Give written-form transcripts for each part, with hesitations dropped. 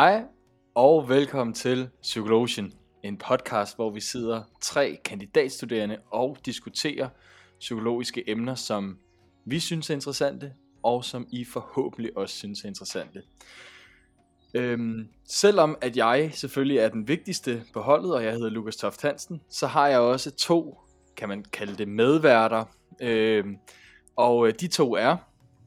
Hej og velkommen til Psykologien, en podcast, hvor vi sidder 3 kandidatstuderende og diskuterer psykologiske emner, som vi synes er interessante, og som I forhåbentlig også synes er interessante. Selvom at jeg selvfølgelig er den vigtigste på holdet, og jeg hedder Lukas Toft Hansen, så har jeg også 2, kan man kalde det, medværter. Og de 2 er...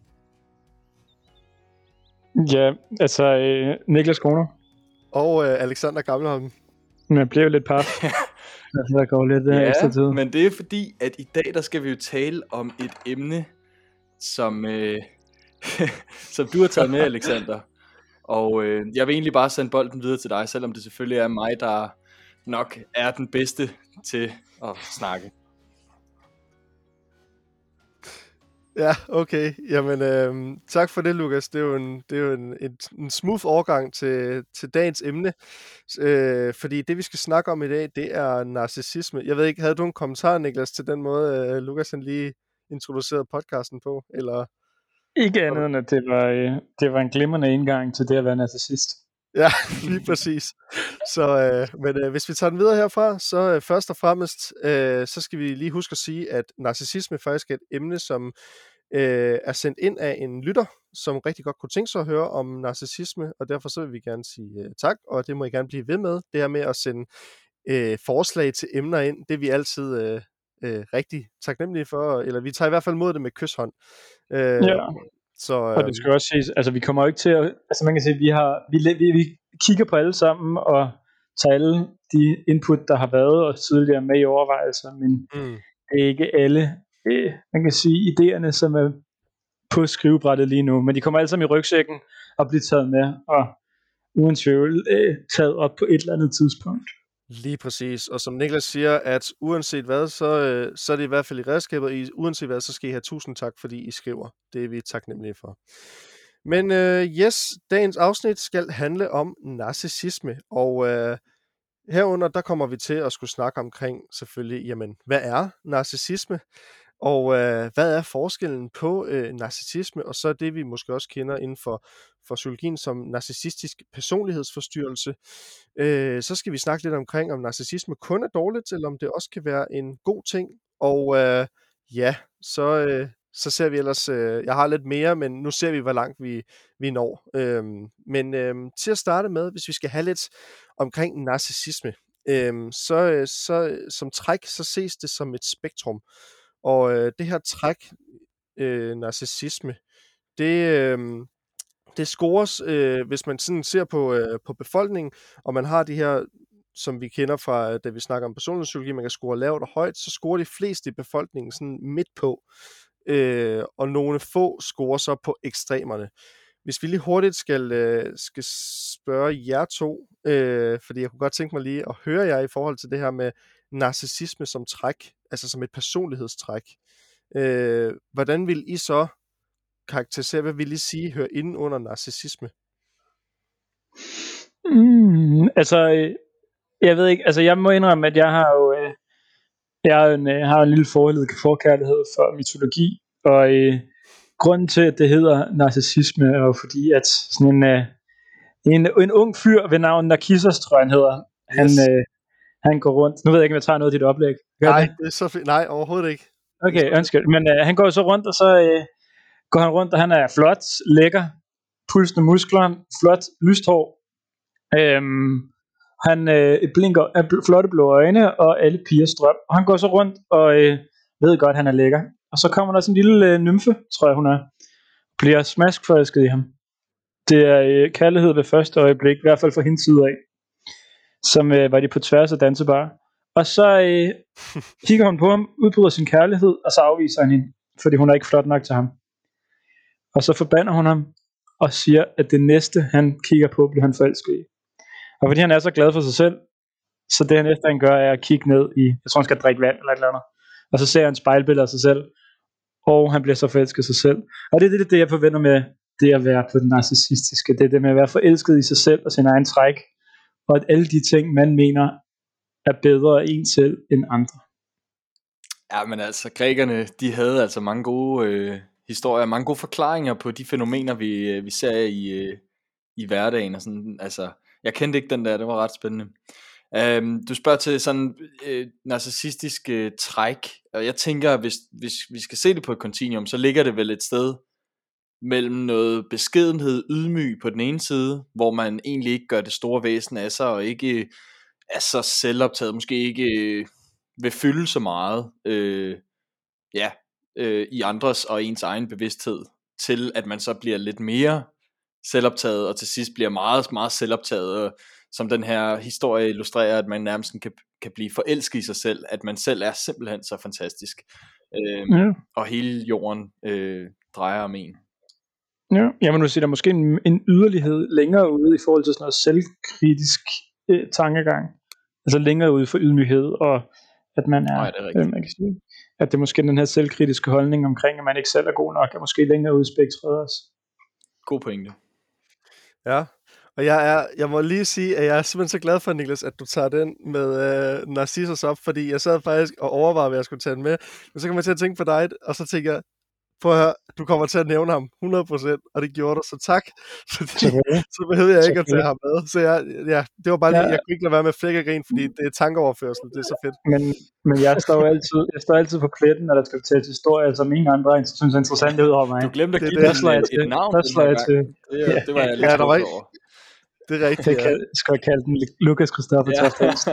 Ja, altså Niklas Kroner. Og Alexander Gamleholm. Men jeg bliver jo lidt paf. Der går lidt ekstra tid. Men det er fordi, at i dag der skal vi jo tale om et emne, som, som du har taget med, Alexander. Og jeg vil egentlig bare sende bolden videre til dig, selvom det selvfølgelig er mig, der nok er den bedste til at snakke. Ja, okay. Jamen, tak for det, Lukas. Det er jo en smooth overgang til dagens emne. Fordi det, vi skal snakke om i dag, det er narcissisme. Jeg ved ikke, havde du en kommentar, Niklas, til den måde, Lukas han lige introducerede podcasten på? Eller? Ikke andet end, at det var en glimrende indgang til det at være narcissist. Ja, lige præcis. Men hvis vi tager den videre herfra, så først og fremmest, så skal vi lige huske at sige, at narcissisme faktisk er et emne, som er sendt ind af en lytter, som rigtig godt kunne tænke sig at høre om narcissisme, og derfor så vil vi gerne sige tak, og det må I gerne blive ved med. Det her med at sende forslag til emner ind, det er vi altid rigtig taknemmelige for, eller vi tager i hvert fald mod det med kyshånd. Ja. Og det skal også siges, altså vi kommer jo ikke til at, altså man kan sige, vi kigger på alle sammen og tager alle de input, der har været og tidligere med i overvejelser, men det er ikke alle, man kan sige, idéerne, som er på skrivebrættet lige nu, men de kommer alle sammen i rygsækken og bliver taget med og uden tvivl taget op på et eller andet tidspunkt. Lige præcis, og som Niklas siger, at uanset hvad, så er det i hvert fald i redskabet, uanset hvad, så skal I have tusind tak, fordi I skriver. Det er vi taknemmelige for. Men dagens afsnit skal handle om narcissisme, og herunder, der kommer vi til at skulle snakke omkring selvfølgelig, jamen, hvad er narcissisme? Og hvad er forskellen på narcissisme, og så det, vi måske også kender inden for psykologien som narcissistisk personlighedsforstyrrelse. Så skal vi snakke lidt omkring, om narcissisme kun er dårligt, eller om det også kan være en god ting. Og så ser vi ellers, jeg har lidt mere, men nu ser vi, hvor langt vi når. Men til at starte med, hvis vi skal have lidt omkring narcissisme, så som træk, så ses det som et spektrum. Og det her træk, narcissisme, det scores, hvis man sådan ser på befolkningen, og man har de her, som vi kender fra, da vi snakker om personlighedspsykologi, man kan score lavt og højt, så scorer de fleste i befolkningen sådan midt på, og nogle få scorer så på ekstremerne. Hvis vi lige hurtigt skal spørge jer to, fordi jeg kunne godt tænke mig lige at høre jer i forhold til det her med narcissisme som træk, altså som et personlighedstræk. Hvordan vil I så karakterisere, hvad vil I sige, hører inde under narcissisme? Altså, jeg ved ikke, altså jeg må indrømme, at jeg har jo har en lille forkærlighed for mytologi, og grunden til, at det hedder narcissisme, er jo fordi, at sådan en ung fyr ved navn Narcissus, tror jeg han hedder, han går rundt. Nu ved jeg ikke, om jeg tager noget af dit oplæg. Nej, det er så fint. Nej, overhovedet ikke. Okay, undskyld. Men han går så rundt, og så går han rundt, og han er flot, lækker, pulsende muskler, flot, lyst hår. Han blinker af flotte blå øjne, og alle pigers drøm. Og han går så rundt, og ved godt, han er lækker. Og så kommer der sådan en lille nymfe, tror jeg hun er, bliver smaskforelsket i ham. Det er kærlighed ved første øjeblik, i hvert fald fra hendes side af. Som var de på tværs af dansebar. Og så kigger hun på ham, udbryder sin kærlighed, og så afviser han hende, fordi hun er ikke flot nok til ham. Og så forbander hun ham, og siger, at det næste, han kigger på, bliver han forelsket i. Og fordi han er så glad for sig selv, så det næste, han gør, er at kigge ned i, jeg tror, han skal drikke vand eller et eller andet. Og så ser han et spejlbillede af sig selv, og han bliver så forelsket i sig selv. Og det er det, jeg forventer med det at være på den narcissistiske. Det er det med at være forelsket i sig selv og sin egen træk. Og at alle de ting, man mener, er bedre en selv end andre. Ja, men altså, grækerne, de havde altså mange gode historier, mange gode forklaringer på de fænomener, vi ser i hverdagen og sådan, altså, jeg kendte ikke den der, det var ret spændende. Du spørger til sådan narcissistiske træk, og jeg tænker, hvis vi skal se det på et kontinuum, så ligger det vel et sted mellem noget beskedenhed, ydmyg på den ene side, hvor man egentlig ikke gør det store væsen af sig, og ikke er så selvoptaget, måske ikke vil fylde så meget i andres og ens egen bevidsthed, til at man så bliver lidt mere selvoptaget, og til sidst bliver meget, meget selvoptaget, og som den her historie illustrerer, at man nærmest kan blive forelsket i sig selv, at man selv er simpelthen så fantastisk, og hele jorden drejer om en. Ja, jeg må nu sige, der er måske en yderlighed længere ude i forhold til sådan noget selvkritisk tankegang. Altså længere ude for ydmyghed, og at man er, man kan sige, at det er måske den her selvkritiske holdning omkring, at man ikke selv er god nok, er måske længere ude i spektret også. God pointe. Ja, og jeg må lige sige, at jeg er simpelthen så glad for, Niklas, at du tager den med Narcissus op, fordi jeg sad faktisk og overvejede, hvad jeg skulle tage den med, men så kom jeg til at tænke på dig, og så tænker jeg, prøv at høre, du kommer til at nævne ham 100%, og det gjorde du, så tak, fordi så behøvede jeg ikke at tage ham med. Så det var bare lige, jeg kunne ikke lade være med at flække grin, fordi det er tankeoverførsel, det er så fedt. Men jeg står altid på pletten, når der skal fortælles historier, som ingen andre synes er interessant ud over mig. Du glemte at give et navn. Der slår jeg til. Det var jeg lidt skuffet over. Det er rigtigt, ja. Skal jeg kalde den Lukas Christoffer Toft.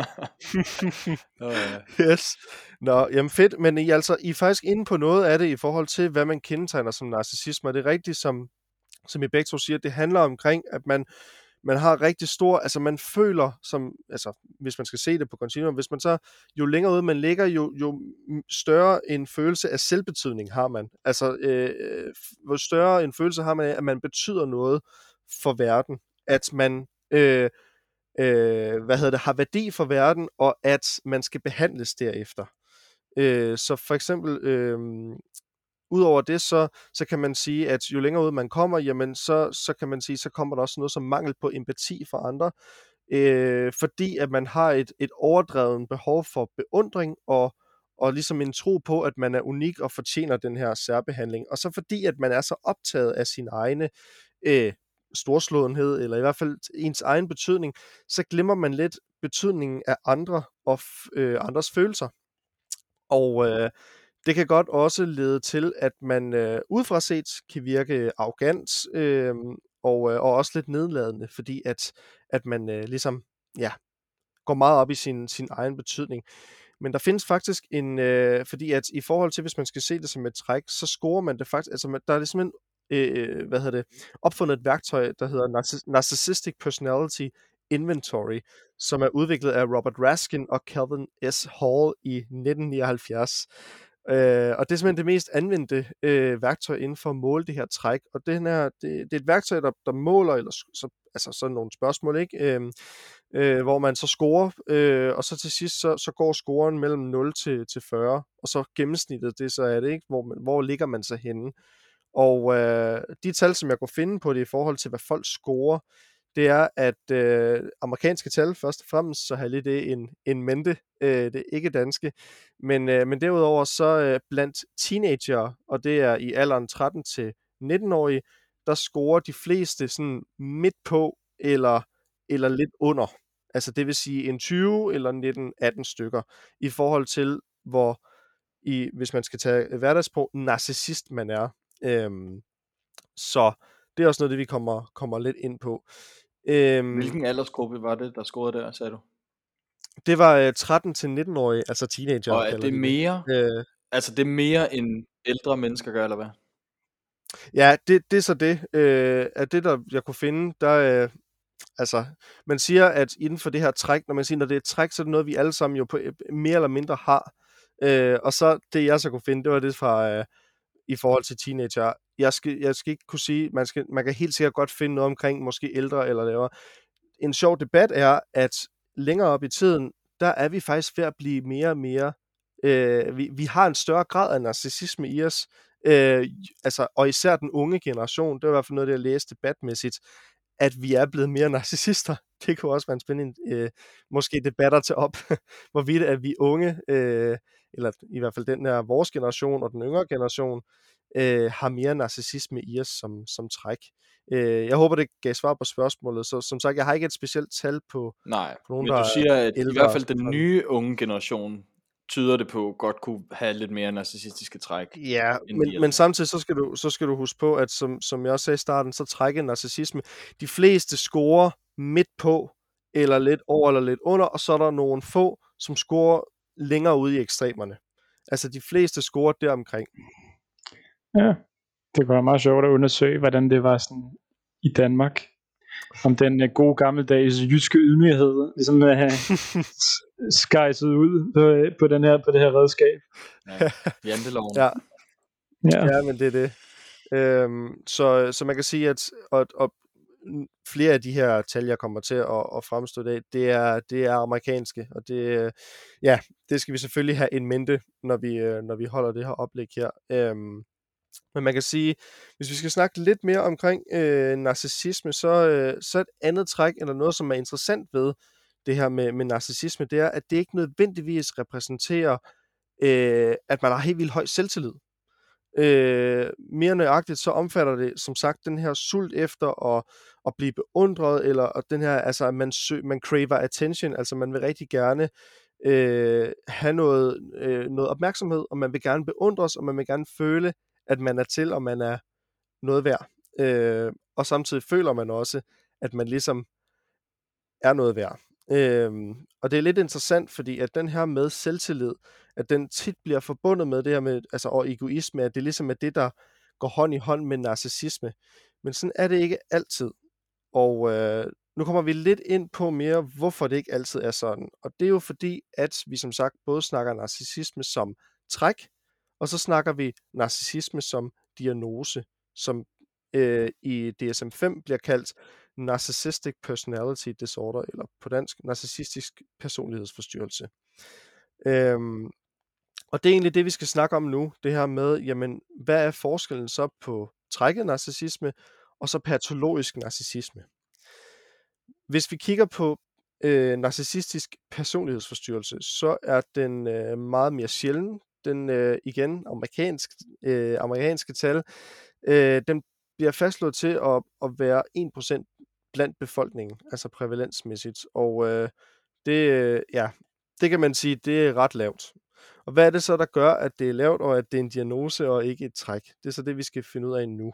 Yes. Nå, jamen fedt, men I er faktisk inde på noget af det i forhold til, hvad man kendetegner som narcissisme, og det er rigtigt, som I begge to siger, det handler omkring, at man har rigtig stor, altså man føler, hvis man skal se det på kontinuum, hvis man så, jo længere ude man ligger, jo større en følelse af selvbetydning har man. Altså, hvor større en følelse har man af, at man betyder noget for verden, at man har værdi for verden, og at man skal behandles derefter. Så for eksempel, udover det, så kan man sige, at jo længere ud man kommer, jamen så kan man sige, så kommer der også noget som mangel på empati for andre, fordi at man har et overdrevet behov for beundring, og ligesom en tro på, at man er unik og fortjener den her særbehandling. Og så fordi, at man er så optaget af sin egne storslåenhed, eller i hvert fald ens egen betydning, så glemmer man lidt betydningen af andre og andres følelser. Og det kan godt også lede til, at man udefra set kan virke arrogant og også lidt nedladende, fordi at man ligesom går meget op i sin egen betydning. Men der findes faktisk fordi at i forhold til, hvis man skal se det som et træk, så scorer man det faktisk, altså der er det simpelthen opfundet et værktøj, der hedder Narcissistic Personality Inventory, som er udviklet af Robert Raskin og Calvin S. Hall i 1979. Og det er simpelthen det mest anvendte værktøj inden for at måle det her træk. Og det er et værktøj, der måler, eller sådan nogle spørgsmål, ikke? Hvor man så scorer, og så til sidst så går scoren mellem 0 til 40, og så gennemsnittet, det så er det, ikke? Hvor ligger man så henne? Og de tal, som jeg kunne finde på det i forhold til, hvad folk scorer, det er, at amerikanske tal først og fremmest, så har jeg det en mente, det er ikke danske, men derudover så blandt teenager, og det er i alderen 13 til 19-årige, der scorer de fleste sådan midt på eller lidt under. Altså det vil sige en 20 eller 19-18 stykker, i forhold til hvis man skal tage hverdagssprog, narcissist man er. Så det er også noget, det vi kommer lidt ind på. Hvilken aldersgruppe var det, der scorede der, sagde du? Det var 13 til 19-årige, altså teenager. Og er det mere, altså det er mere end ældre mennesker gør, eller hvad? Ja, det er så det. Af det, der jeg kunne finde, der altså, man siger, at inden for det her træk, når det er et træk, så er det noget, vi alle sammen jo på mere eller mindre har. Og så det, jeg så kunne finde, det var det fra i forhold til teenager. Jeg skal ikke kunne sige, man kan helt sikkert godt finde noget omkring måske ældre eller lavere. En sjov debat er, at længere op i tiden, der er vi faktisk ved at blive mere og mere, vi har en større grad af narcissisme i os, og især den unge generation, det var i hvert fald noget, jeg læste debatmæssigt, at vi er blevet mere narcissister. Det kunne også være en spændende måske debatter til op, hvorvidt at vi unge, eller i hvert fald den her vores generation og den yngre generation, har mere narcissisme i os som træk. Jeg håber, det gav svar på spørgsmålet. Så som sagt, jeg har ikke et specielt tal på Nej, nogen, men der du siger, at i ældre hvert fald som den sådan. nye unge generation tyder det på, godt kunne have lidt mere narcissistiske træk. Ja, end de men ældre. samtidig så skal du huske på, at som jeg også sagde i starten, så trækker narcissisme. De fleste scorer midt på, eller lidt over eller lidt under, og så er der nogle få, som scorer længere ude i ekstremerne. Altså de fleste scorer deromkring. Ja, det var meget sjovt at undersøge, hvordan det var sådan i Danmark. Om den gode gammeldags jyske ydmyghed ligesom skejset ud på det her redskab. Ja, janteloven. Ja. Ja. Ja, men det er det. Så man kan sige, at flere af de her tal, jeg kommer til at fremstå i dag, det er amerikanske, og det skal vi selvfølgelig have in mente, når vi holder det her oplæg her. Men man kan sige, hvis vi skal snakke lidt mere omkring narcissisme, så et andet træk, eller noget, som er interessant ved det her med narcissisme, det er, at det ikke nødvendigvis repræsenterer, at man har helt vildt høj selvtillid. Mere nøjagtigt, så omfatter det som sagt den her sult efter at blive beundret, eller den her, altså at man craver attention, altså man vil rigtig gerne have noget opmærksomhed, og man vil gerne beundres, og man vil gerne føle, at man er til, og man er noget værd. Og samtidig føler man også, at man ligesom er noget værd. Og det er lidt interessant, fordi at den her med selvtillid, at den tit bliver forbundet med det her med, altså og egoisme, at det ligesom er det, der går hånd i hånd med narcissisme. Men sådan er det ikke altid. Og nu kommer vi lidt ind på mere, hvorfor det ikke altid er sådan. Og det er jo fordi, at vi som sagt både snakker narcissisme som træk, og så snakker vi narcissisme som diagnose, som i DSM-5 bliver kaldt Narcissistic Personality Disorder, eller på dansk, narcissistisk personlighedsforstyrrelse. Og det er egentlig det, vi skal snakke om nu, det her med, jamen, hvad er forskellen så på trækket narcissisme, og så patologisk narcissisme? Hvis vi kigger på narcissistisk personlighedsforstyrrelse, så er den meget mere sjælden. Den igen, amerikanske tal, den bliver fastslået til at være 1% blandt befolkningen, altså prævalensmæssigt. Og det kan man sige, det er ret lavt. Og hvad er det så, der gør, at det er lavt, og at det er en diagnose og ikke et træk? Det er så det, vi skal finde ud af nu.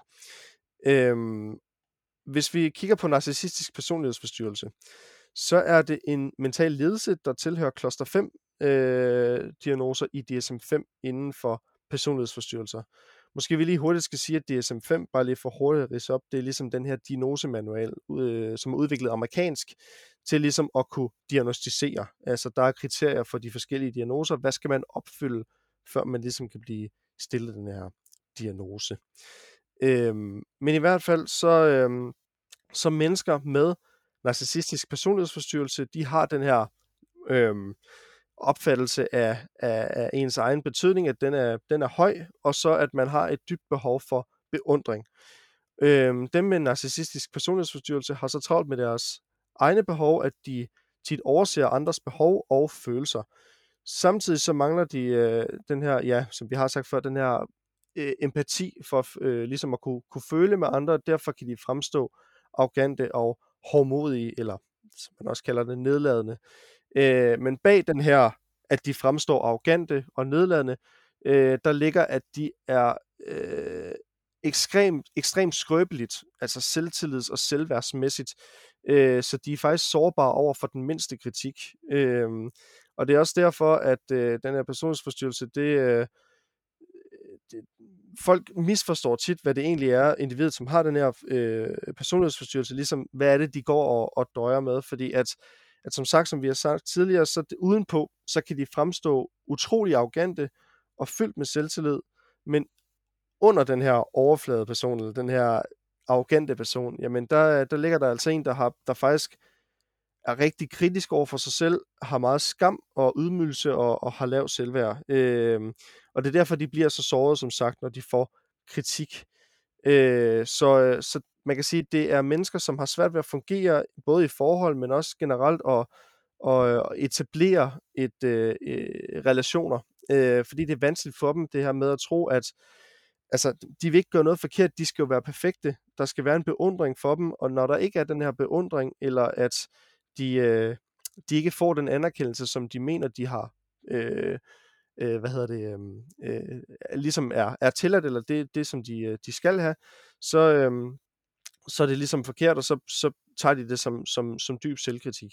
Hvis vi kigger på narcissistisk personlighedsforstyrrelse, så er det en mental lidelse, der tilhører cluster 5 diagnoser i DSM-5 inden for personlighedsforstyrrelser. Måske vi lige hurtigt skal sige, at DSM-5, bare lige for hurtigt at ridse op, det er ligesom den her diagnosemanual, som er udviklet amerikansk, til ligesom at kunne diagnostisere. Altså der er kriterier for de forskellige diagnoser. Hvad skal man opfylde, før man ligesom kan blive stillet den her diagnose? Men i hvert fald så mennesker med narcissistisk personlighedsforstyrrelse, de har den her opfattelse af ens egen betydning, at den er høj, og så at man har et dybt behov for beundring. Dem med narcissistisk personlighedsforstyrrelse har så travlt med deres egne behov, at de tit overser andres behov og følelser. Samtidig så mangler de den her, ja, som vi har sagt før, den her empati for ligesom at kunne føle med andre, og derfor kan de fremstå arrogante og hårdmodige, eller som man også kalder det, nedladende. Men bag den her, at de fremstår arrogante og nedladende, der ligger, at de er ekstremt skrøbeligt, altså selvtillids- og selvværdsmæssigt, så de er faktisk sårbare over for den mindste kritik. Og det er også derfor, at den her personlighedsforstyrrelse, folk misforstår tit, hvad det egentlig er, individet, som har den her personlighedsforstyrrelse, ligesom hvad er det, de går og døjer med, fordi at som sagt, som vi har sagt tidligere, så udenpå, så kan de fremstå utrolig arrogante og fyldt med selvtillid, men under den her overflade person, eller den her arrogante person, jamen der ligger der altså en, der faktisk er rigtig kritisk over for sig selv, har meget skam og ydmygelse og har lav selvværd. Og det er derfor, de bliver så såret, som sagt, når de får kritik. Så man kan sige, at det er mennesker, som har svært ved at fungere, både i forhold, men også generelt, og etablere relationer. Fordi det er vanskeligt for dem, det her med at tro, at altså, de vil ikke gøre noget forkert, de skal jo være perfekte. Der skal være en beundring for dem, og når der ikke er den her beundring, eller at de ikke får den anerkendelse, som de mener, de har, ligesom er tilladt, eller det som de skal have, så er det ligesom forkert, og så tager de det som dyb selvkritik.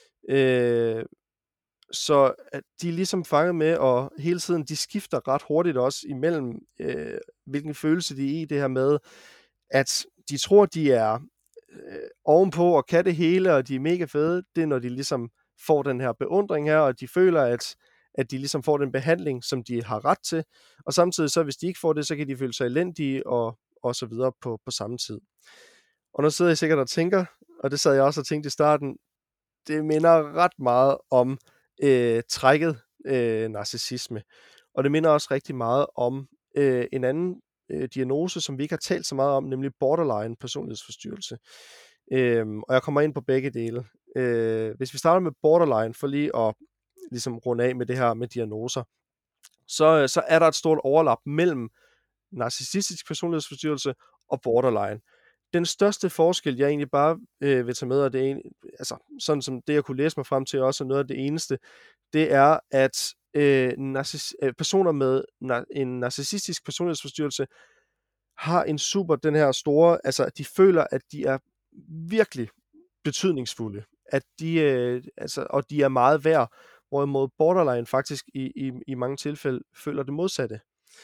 Så at de er ligesom fanget med, og hele tiden, de skifter ret hurtigt også imellem, hvilken følelse de er i, det her med, at de tror, de er ovenpå og kan det hele, og de er mega fede. Det er, når de ligesom får den her beundring her, og de føler, at de ligesom får den behandling, som de har ret til. Og samtidig så, hvis de ikke får det, så kan de føle sig elendige, og så videre på samme tid. Og nu sidder jeg sikkert og tænker, og det sad jeg også og tænkte i starten, det minder ret meget om trækket narcissisme. Og det minder også rigtig meget om en anden diagnose, som vi ikke har talt så meget om, nemlig borderline personlighedsforstyrrelse. Og jeg kommer ind på begge dele. Hvis vi starter med borderline, for lige at ligesom runde af med det her med diagnoser, så er der et stort overlap mellem narcissistisk personlighedsforstyrrelse og borderline. Den største forskel, jeg egentlig bare vil tage med, og det er altså, sådan som det, jeg kunne læse mig frem til, også noget af det eneste, det er, at personer med en narcissistisk personlighedsforstyrrelse har en den her store, altså de føler, at de er virkelig betydningsfulde, at og de er meget værd, hvorimod borderline faktisk i mange tilfælde føler det modsatte.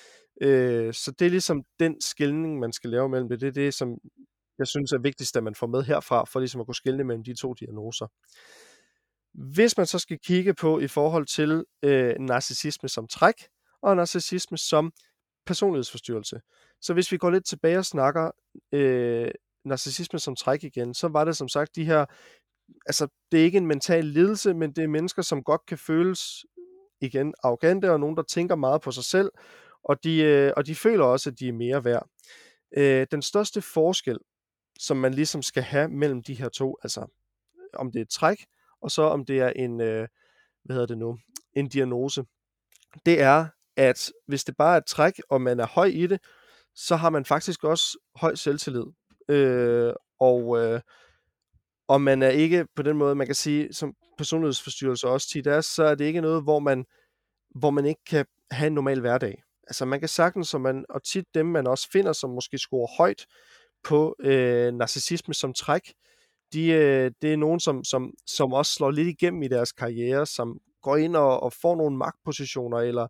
Så det er ligesom den skelning, man skal lave mellem det. Det er det, som jeg synes er vigtigst, at man får med herfra, for ligesom at kunne skelne mellem de to diagnoser. Hvis man så skal kigge på i forhold til narcissisme som træk, og narcissisme som personlighedsforstyrrelse. Så hvis vi går lidt tilbage og snakker narcissisme som træk igen, så var det som sagt de her, altså det er ikke en mental lidelse, men det er mennesker, som godt kan føles igen arrogante, og nogen, der tænker meget på sig selv, og de føler også, at de er mere værd. Den største forskel, som man ligesom skal have mellem de her to, altså om det er et træk, og så om det er en diagnose, det er, at hvis det bare er et træk, og man er høj i det, så har man faktisk også høj selvtillid. Og man er ikke på den måde, man kan sige, som personlighedsforstyrrelse også tit er, så er det ikke noget, hvor man ikke kan have en normal hverdag. Altså man kan sagtens, og tit dem man også finder, som måske scorer højt på narcissisme som træk, det er nogen, som også slår lidt igennem i deres karriere, som går ind og får nogle magtpositioner, eller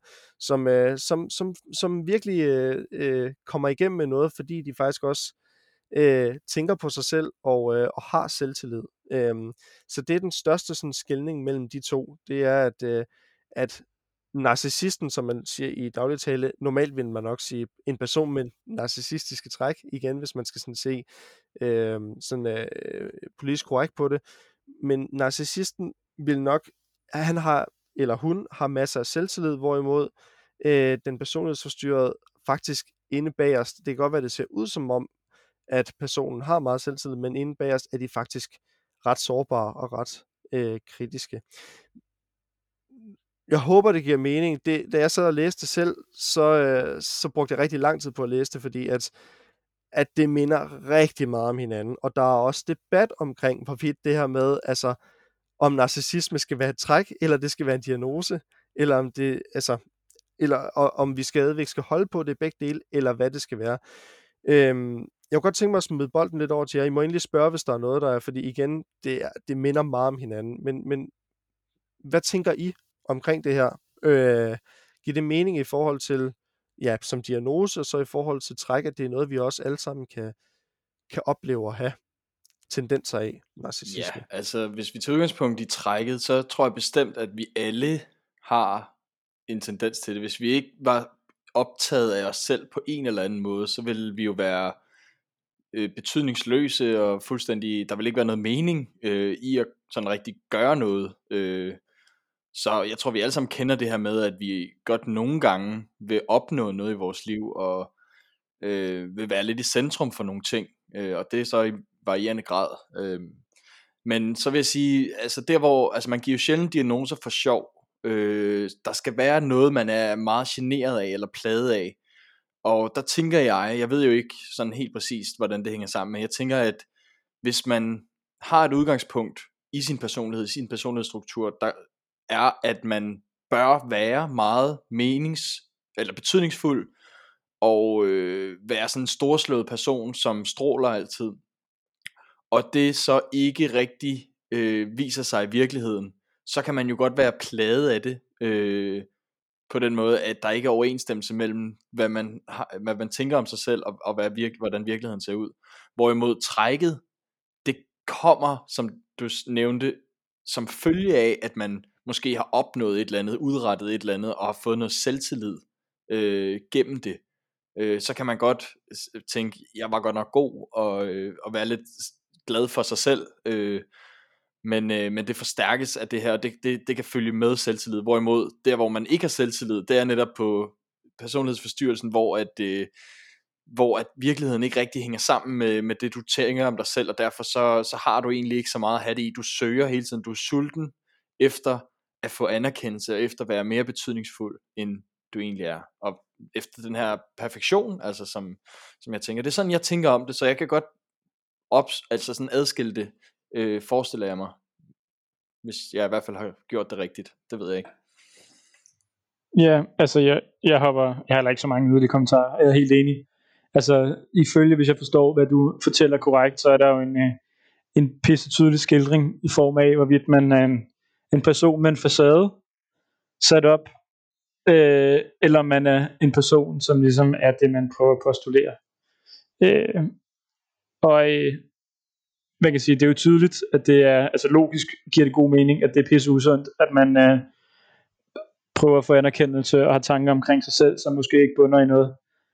som virkelig kommer igennem med noget, fordi de faktisk også tænker på sig selv og har selvtillid. Så det er den største sådan skelning mellem de to. Det er, at narcissisten, som man siger i dagligtale, normalt vil man nok sige en person med narcissistiske træk, igen, hvis man skal sådan se politisk korrekt på det. Men narcissisten vil nok, han har, eller hun har masser af selvtillid, hvorimod den personlighedsforstyrrede faktisk inde bagerst, det kan godt være, det ser ud som om, at personen har meget selvtillid, men inde bagerst er de faktisk ret sårbare og ret kritiske. Jeg håber, det giver mening. Da jeg sad og læste det selv, så brugte jeg rigtig lang tid på at læse det, fordi at det minder rigtig meget om hinanden. Og der er også debat omkring, hvorvidt det her med, altså, om narcissisme skal være et træk, eller det skal være en diagnose, eller om det, altså, eller om vi stadigvæk skal holde på det begge dele, eller hvad det skal være. Jeg kunne godt tænke mig at smide bolden lidt over til jer. I må endelig spørge, hvis der er noget, der er, fordi igen, det minder meget om hinanden. Men hvad tænker I omkring det her? Giver det mening i forhold til, ja, som diagnose, og så i forhold til træk, at det er noget, vi også alle sammen kan opleve at have tendenser af, narcissisme? Ja, altså hvis vi tager udgangspunkt i trækket, så tror jeg bestemt, at vi alle har en tendens til det. Hvis vi ikke var optaget af os selv på en eller anden måde, så ville vi jo være betydningsløse og fuldstændig, der vil ikke være noget mening i at sådan rigtig gøre noget. Så jeg tror, vi alle sammen kender det her med, at vi godt nogle gange vil opnå noget i vores liv, og vil være lidt i centrum for nogle ting, og det er så i varierende grad. Men så vil jeg sige, altså der hvor, altså man giver jo sjældent diagnoser for sjov. Der skal være noget, man er meget generet af, eller plaget af. Og der tænker jeg ved jo ikke sådan helt præcist, hvordan det hænger sammen, men jeg tænker, at hvis man har et udgangspunkt i sin personlighed, i sin personlighedsstruktur, der er, at man bør være meget eller betydningsfuld, og være sådan en storslået person, som stråler altid, og det så ikke rigtig viser sig i virkeligheden, så kan man jo godt være plaget af det, på den måde, at der ikke er overensstemmelse mellem, hvad man tænker om sig selv, og hvordan virkeligheden ser ud. Hvorimod trækket, det kommer, som du nævnte, som følge af, at man måske har opnået et eller andet, udrettet et eller andet, og har fået noget selvtillid gennem det. Så kan man godt tænke, jeg var godt nok god, og være lidt glad for sig selv, men det forstærkes af det her, og det kan følge med selvtillid. Hvorimod der hvor man ikke har selvtillid, det er netop på personlighedsforstyrrelsen, hvor at virkeligheden ikke rigtig hænger sammen med det du tænker om dig selv, og derfor så har du egentlig ikke så meget at have det i. Du søger hele tiden, du er sulten efter at få anerkendelse, og efter at være mere betydningsfuld end du egentlig er, og efter den her perfektion, altså som jeg tænker, det er sådan jeg tænker om det, så jeg kan godt altså sådan adskille det, forestiller jeg mig, hvis jeg i hvert fald har gjort det rigtigt. Det ved jeg ikke. Ja, altså jeg har heller ikke så mange yderligere kommentarer. Jeg er helt enig. Altså ifølge, hvis jeg forstår, hvad du fortæller korrekt, så er der jo en pisse tydelig skildring i form af, hvorvidt man er en person med en facade sat op, eller man er en person, som ligesom er det, man prøver at postulere. Og man kan sige, det er jo tydeligt, at det er, altså logisk giver det god mening, at det er pisse usundt, at man prøver at få anerkendelse og har tanker omkring sig selv, som måske ikke bunder i noget.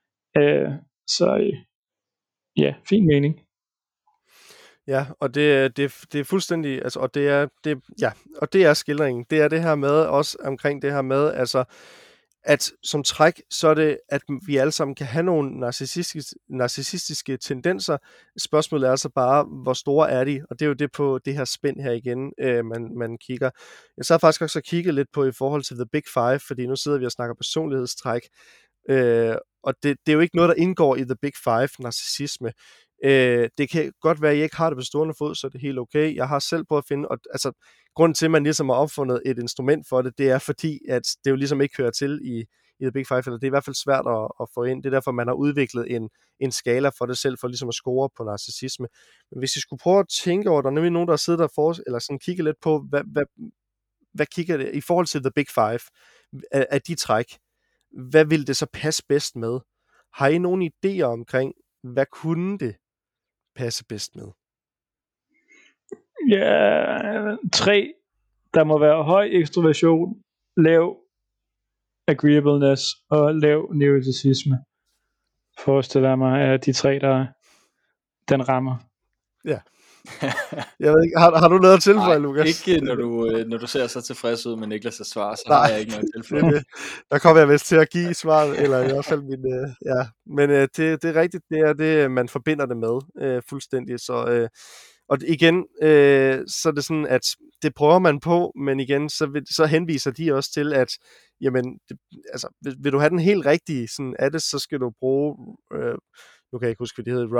Ja, fin mening. Ja, og det er fuldstændig, altså, og det er skildringen. Det er det her med, også omkring det her med, altså, at som træk, så er det, at vi alle sammen kan have nogle narcissistiske tendenser. Spørgsmålet er altså bare, hvor store er de? Og det er jo det på det her spænd her igen, man kigger. Jeg så har faktisk også kigget lidt på i forhold til The Big Five, fordi nu sidder vi og snakker personlighedstræk. Og det er jo ikke noget, der indgår i The Big Five, narcissisme. Det kan godt være, at I ikke har det på stående fod, så det er helt okay. Jeg har selv prøvet at finde, og altså, grunden til, at man ligesom har opfundet et instrument for det, det er fordi, at det jo ligesom ikke hører til i The Big Five, eller det er i hvert fald svært at få ind. Det er derfor, man har udviklet en skala for det selv, for ligesom at score på narcissisme. Men hvis I skulle prøve at tænke over, der er nemlig nogen, der sidder der eller sådan kigger lidt på, hvad kigger det i forhold til The Big Five af de træk? Hvad vil det så passe bedst med? Har I nogle idéer omkring, hvad kunne det passe bedst med? Ja, 3. Der må være høj ekstroversion, lav agreeableness og lav neuroticisme. Forestiller jeg mig, at de 3, den rammer. Ja. Jeg ved ikke, har du noget at tilføje, Lukas? Ikke når du ser så tilfreds ud med Niklas' svar, så har jeg ikke noget at tilføje. Der kommer jeg vist til at give svaret, eller i hvert fald min, ja. Men det er rigtigt, det er det, man forbinder det med, fuldstændig. Så, og igen, så er det sådan, at det prøver man på, men igen, så henviser de også til, at jamen, altså, vil du have den helt rigtige sådan af det, så skal du bruge, nu kan jeg ikke huske, hvad de hedder,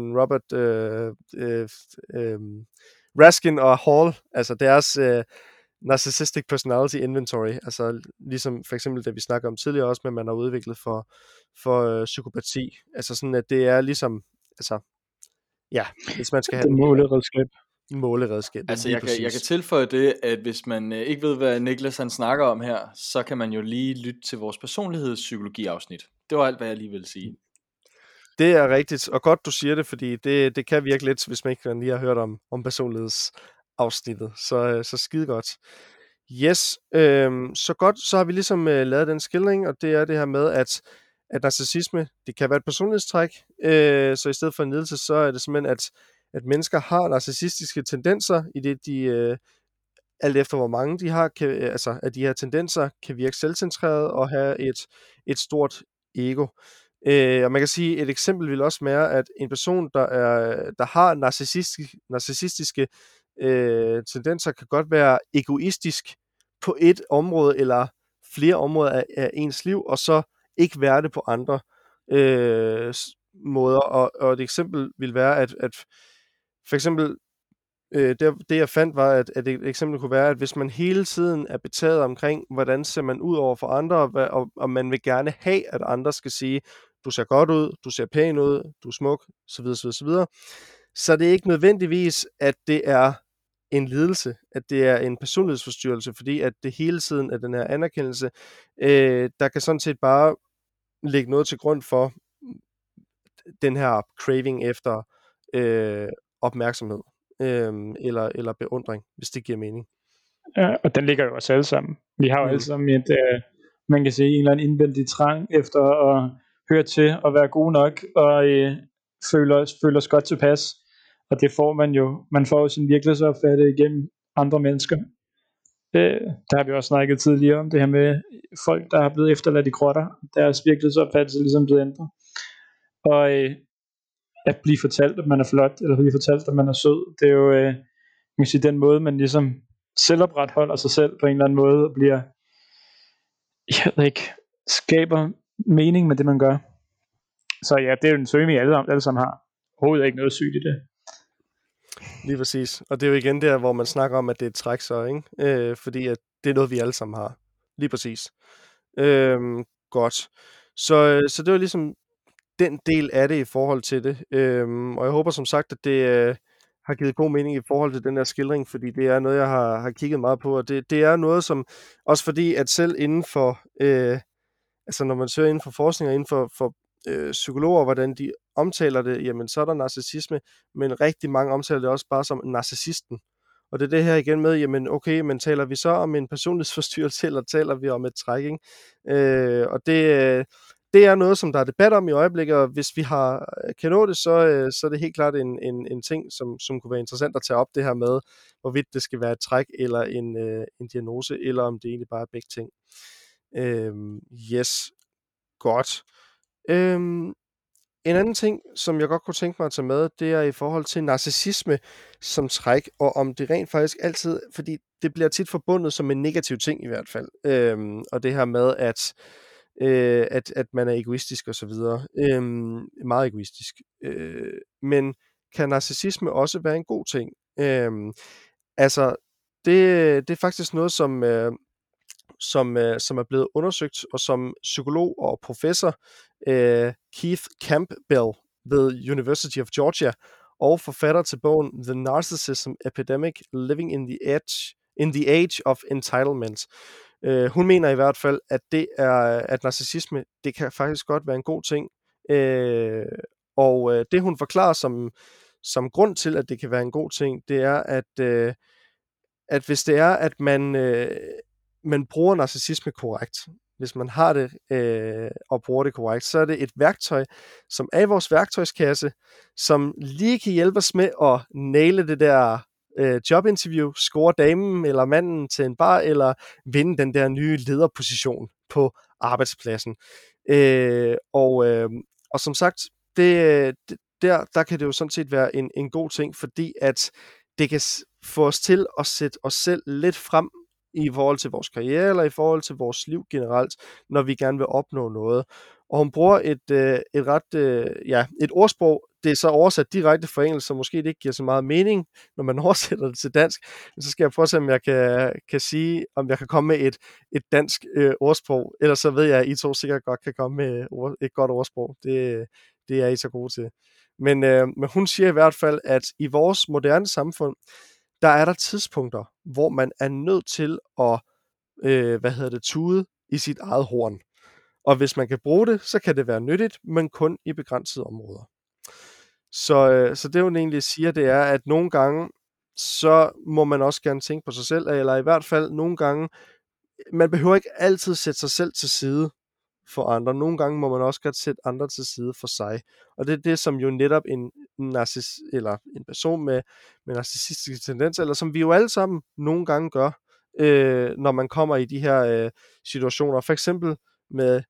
Raskin og Hall, altså deres Narcissistic Personality Inventory, altså ligesom for eksempel det, vi snakker om tidligere også, men man har udviklet for psykopati, altså sådan, at det er ligesom, altså, ja, hvis man skal have det måleredskab. Altså jeg kan tilføje det, at hvis man ikke ved, hvad Niklas han snakker om her, så kan man jo lige lytte til vores personlighedspsykologi-afsnit. Det var alt, hvad jeg lige ville sige. Det er rigtigt, og godt du siger det, fordi det kan virke lidt, hvis man ikke lige har hørt om personlighedsafsnittet, så skide godt. Yes, så godt, så har vi ligesom lavet den skildring, og det er det her med, at narcissisme, det kan være et personlighedstræk, så i stedet for en lidelse, så er det simpelthen, at mennesker har narcissistiske tendenser, i det de, alt efter hvor mange de har, at de her tendenser kan virke selvcentreret og have et stort ego. Og man kan sige, et eksempel vil også være, at en person, der har narcissistiske tendenser, kan godt være egoistisk på et område eller flere områder af ens liv, og så ikke være det på andre måder. Og et eksempel vil være, at for eksempel det jeg fandt var, at et eksempel kunne være, at hvis man hele tiden er betaget omkring, hvordan ser man ud over for andre, og man vil gerne have, at andre skal sige, du ser godt ud, du ser pæn ud, du er smuk, så videre, så videre, så videre. Så det er ikke nødvendigvis, at det er en lidelse, at det er en personlighedsforstyrrelse, fordi at det hele tiden er den her anerkendelse, der kan sådan set bare lægge noget til grund for den her craving efter opmærksomhed eller beundring, hvis det giver mening. Ja, og den ligger jo os alle sammen. Vi har jo alle sammen man kan sige, en eller anden indvendig trang efter at høre til og være god nok, og føle os godt tilpas. Og det får man får jo sin virkelighedsopfattelse igennem andre mennesker. Der har vi også snakket tidligere om det her med folk, der er blevet efterladt i grotter. Deres virkelighedsopfattelse er ligesom blevet ændret. Og at blive fortalt, at man er flot, eller blive fortalt, at man er sød, det er jo man kan sige, den måde, man ligesom selvopretholder sig selv på en eller anden måde, og bliver, jeg ved ikke, skaber mening med det, man gør. Så ja, det er jo en søgning, vi alle sammen har. Overhovedet ikke noget sygt i det. Lige præcis. Og det er jo igen der, hvor man snakker om, at det er et træk så, ikke? Fordi at det er noget, vi alle sammen har. Lige præcis. Godt. Så det var ligesom den del af det i forhold til det. Og jeg håber som sagt, at det har givet god mening i forhold til den her skildring, fordi det er noget, jeg har kigget meget på, og det er noget, som også fordi, at selv inden for, altså når man søger inden for forskning og inden for psykologer, hvordan de omtaler det, jamen så er der narcissisme, men rigtig mange omtaler det også bare som narcissisten. Og det er det her igen med, jamen okay, men taler vi så om en personlighedsforstyrrelse, eller taler vi om et træk, ikke? Og det er noget, som der er debat om i øjeblikket, og hvis vi kan nå det, så er det helt klart en ting, som kunne være interessant at tage op, det her med, hvorvidt det skal være et træk, eller en diagnose, eller om det egentlig bare er begge ting. Yes, godt. En anden ting, som jeg godt kunne tænke mig at tage med, det er i forhold til narcissisme som træk, og om det rent faktisk altid, fordi det bliver tit forbundet som en negativ ting i hvert fald, og det her med, at man er egoistisk og så videre, meget egoistisk. Men kan narcissisme også være en god ting? Altså, det er faktisk noget, som er blevet undersøgt, og som psykolog og professor Keith Campbell ved University of Georgia og forfatter til bogen The Narcissism Epidemic: Living in the Age of Entitlement. Hun mener i hvert fald, at narcissisme, det kan faktisk godt være en god ting. Og det hun forklarer som grund til, at det kan være en god ting, det er, at hvis det er, at man bruger narcissisme korrekt, hvis man har det og bruger det korrekt, så er det et værktøj, som er i vores værktøjskasse, som lige kan hjælpe os med at naile det der jobinterview, score damen eller manden til en bar, eller vinde den der nye lederposition på arbejdspladsen. Og som sagt, der kan det jo sådan set være en god ting, fordi at det kan få os til at sætte os selv lidt frem i forhold til vores karriere, eller i forhold til vores liv generelt, når vi gerne vil opnå noget. Og hun bruger et ordsprog, det er så oversat direkte fra engelsk, så måske det ikke giver så meget mening, når man oversætter det til dansk. Men så skal jeg prøve at se, om jeg kan sige, om jeg kan komme med et dansk ordsprog. Ellers så ved jeg, at I to sikkert godt kan komme med et godt ordsprog. Det er I så gode til. Men hun siger i hvert fald, at i vores moderne samfund, der er der tidspunkter, hvor man er nødt til at tude i sit eget horn. Og hvis man kan bruge det, så kan det være nyttigt, men kun i begrænsede områder. Så det hun egentlig siger, det er, at nogle gange, så må man også gerne tænke på sig selv, eller i hvert fald nogle gange, man behøver ikke altid sætte sig selv til side for andre. Nogle gange må man også godt sætte andre til side for sig. Og det er det, som jo netop en person med narcissistiske tendenser, eller som vi jo alle sammen nogle gange gør, når man kommer i de her situationer. For eksempel med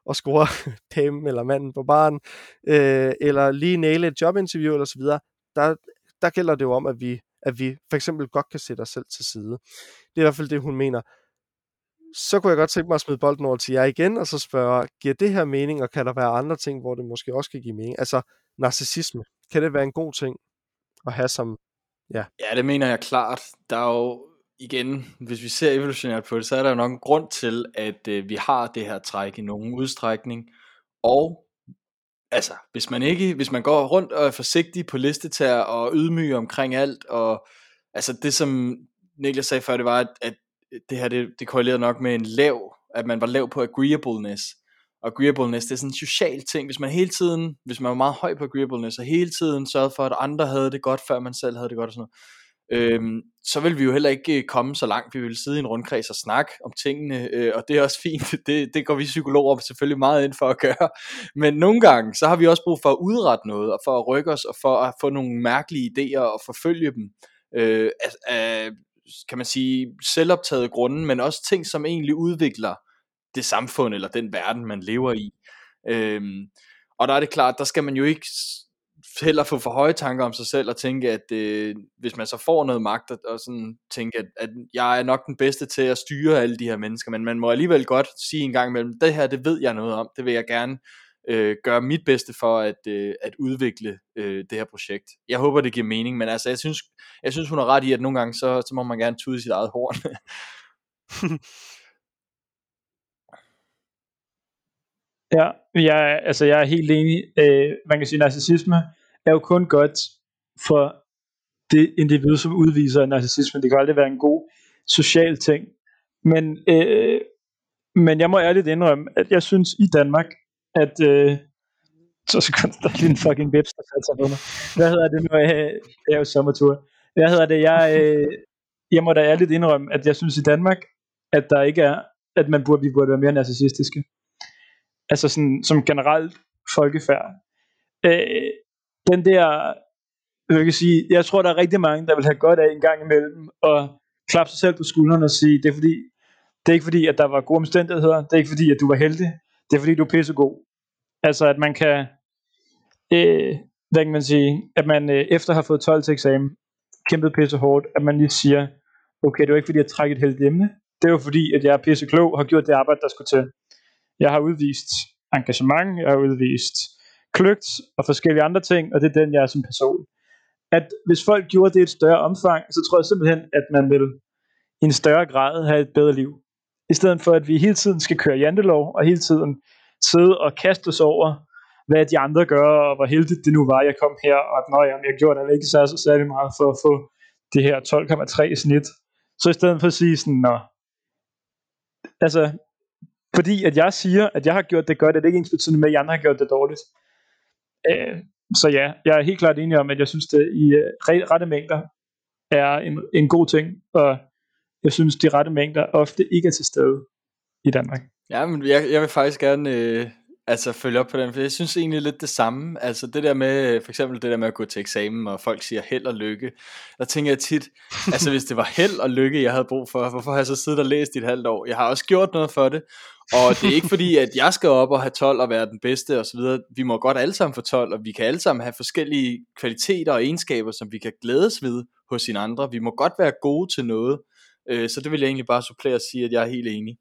at score damen eller manden på baren, eller lige næle et jobinterview eller så videre, der gælder det jo om, at vi for eksempel godt kan sætte os selv til side. Det er i hvert fald det, hun mener. Så kunne jeg godt tænke mig at smide bolden over til jer igen, og så spørge, giver det her mening, og kan der være andre ting, hvor det måske også kan give mening? Altså, narcissisme, kan det være en god ting at have som, Ja, det mener jeg klart. Der er jo, igen, hvis vi ser evolutionært på det, så er der jo nok en grund til, at vi har det her træk i nogen udstrækning. Og altså, hvis man går rundt og er forsigtig på listetær og ydmyg omkring alt, og altså det som Niklas sagde før, det var, at det her, det korrelerede nok med at man var lav på agreeableness. Og agreeableness, det er sådan en social ting. Hvis man var meget høj på agreeableness, og hele tiden sørgede for, at andre havde det godt, før man selv havde det godt og sådan noget, så vil vi jo heller ikke komme så langt. Vi vil sidde i en rundkreds og snakke om tingene, og det er også fint. Det går vi psykologer selvfølgelig meget ind for at gøre. Men nogle gange, så har vi også brug for at udrette noget, og for at rykke os, og for at få nogle mærkelige idéer og forfølge dem. Kan man sige, selvoptaget grunde, men også ting, som egentlig udvikler det samfund, eller den verden, man lever i. Og der er det klart, der skal man jo ikke heller få for høje tanker om sig selv, og tænke, at hvis man så får noget magt, og sådan tænke, at jeg er nok den bedste til at styre alle de her mennesker, men man må alligevel godt sige en gang imellem, det her, det ved jeg noget om, det vil jeg gerne gøre mit bedste for at udvikle det her projekt. Jeg håber, det giver mening, men altså, jeg synes hun har ret i, at nogle gange, så må man gerne tude sit eget horn. Ja, jeg er helt enig. Man kan sige, at narcissisme er jo kun godt for det individ, som udviser narcissisme. Det kan aldrig være en god social ting. Men jeg må ærligt indrømme, at jeg synes i Danmark, at så sekund, der er lige en fucking vips, der satte sig på mig. Hvad hedder det nu? Det er jo sommertur. Hvad hedder det? Jeg må da ærligt indrømme, at jeg synes i Danmark, at der ikke er, at vi burde være mere narcissistiske. Altså sådan, som generelt folkefærd. Den der, jeg tror, der er rigtig mange, der vil have godt af en gang imellem, og klappe sig selv på skuldrene og sige, det er ikke fordi, at der var gode omstændigheder, det er ikke fordi, at du var heldig, det er fordi, du er pissegod. Altså, at man kan, hvad kan man sige, at man efter at have fået 12 til eksamen, kæmpet pisse hårdt, at man lige siger, okay, det var ikke fordi, jeg trækker et heldigt emne, det var fordi, at jeg er pisse klog, og har gjort det arbejde, der skulle til. Jeg har udvist engagement, jeg har udvist kløgt og forskellige andre ting, og det er den, jeg er som person. At hvis folk gjorde det i et større omfang, så tror jeg simpelthen, at man vil i en større grad have et bedre liv. I stedet for, at vi hele tiden skal køre jantelov, og hele tiden sidde og kaste os over, hvad de andre gør, og hvor heldigt det nu var, jeg kom her, og at jeg gjorde det ikke så særlig meget for at få det her 12,3 snit. Så i stedet for at sige sådan, altså, fordi at jeg siger, at jeg har gjort det godt, er det ikke ensbetydende med, at jeg andre har gjort det dårligt. Så ja, jeg er helt klart enig om, at jeg synes, det i rette mængder er en god ting, og jeg synes, de rette mængder ofte ikke er til stede i Danmark. Ja, men jeg vil faktisk gerne følge op på den, for jeg synes egentlig lidt det samme. Altså det der med, for eksempel det der med at gå til eksamen, og folk siger held og lykke. Der tænker jeg tit, altså hvis det var held og lykke, jeg havde brug for, hvorfor har jeg så siddet og læst i et halvt år? Jeg har også gjort noget for det, og det er ikke fordi, at jeg skal op og have 12 og være den bedste og så videre. Vi må godt alle sammen få 12, og vi kan alle sammen have forskellige kvaliteter og egenskaber, som vi kan glædes ved hos hinanden. Vi må godt være gode til noget, så det vil jeg egentlig bare supplere og sige, at jeg er helt enig.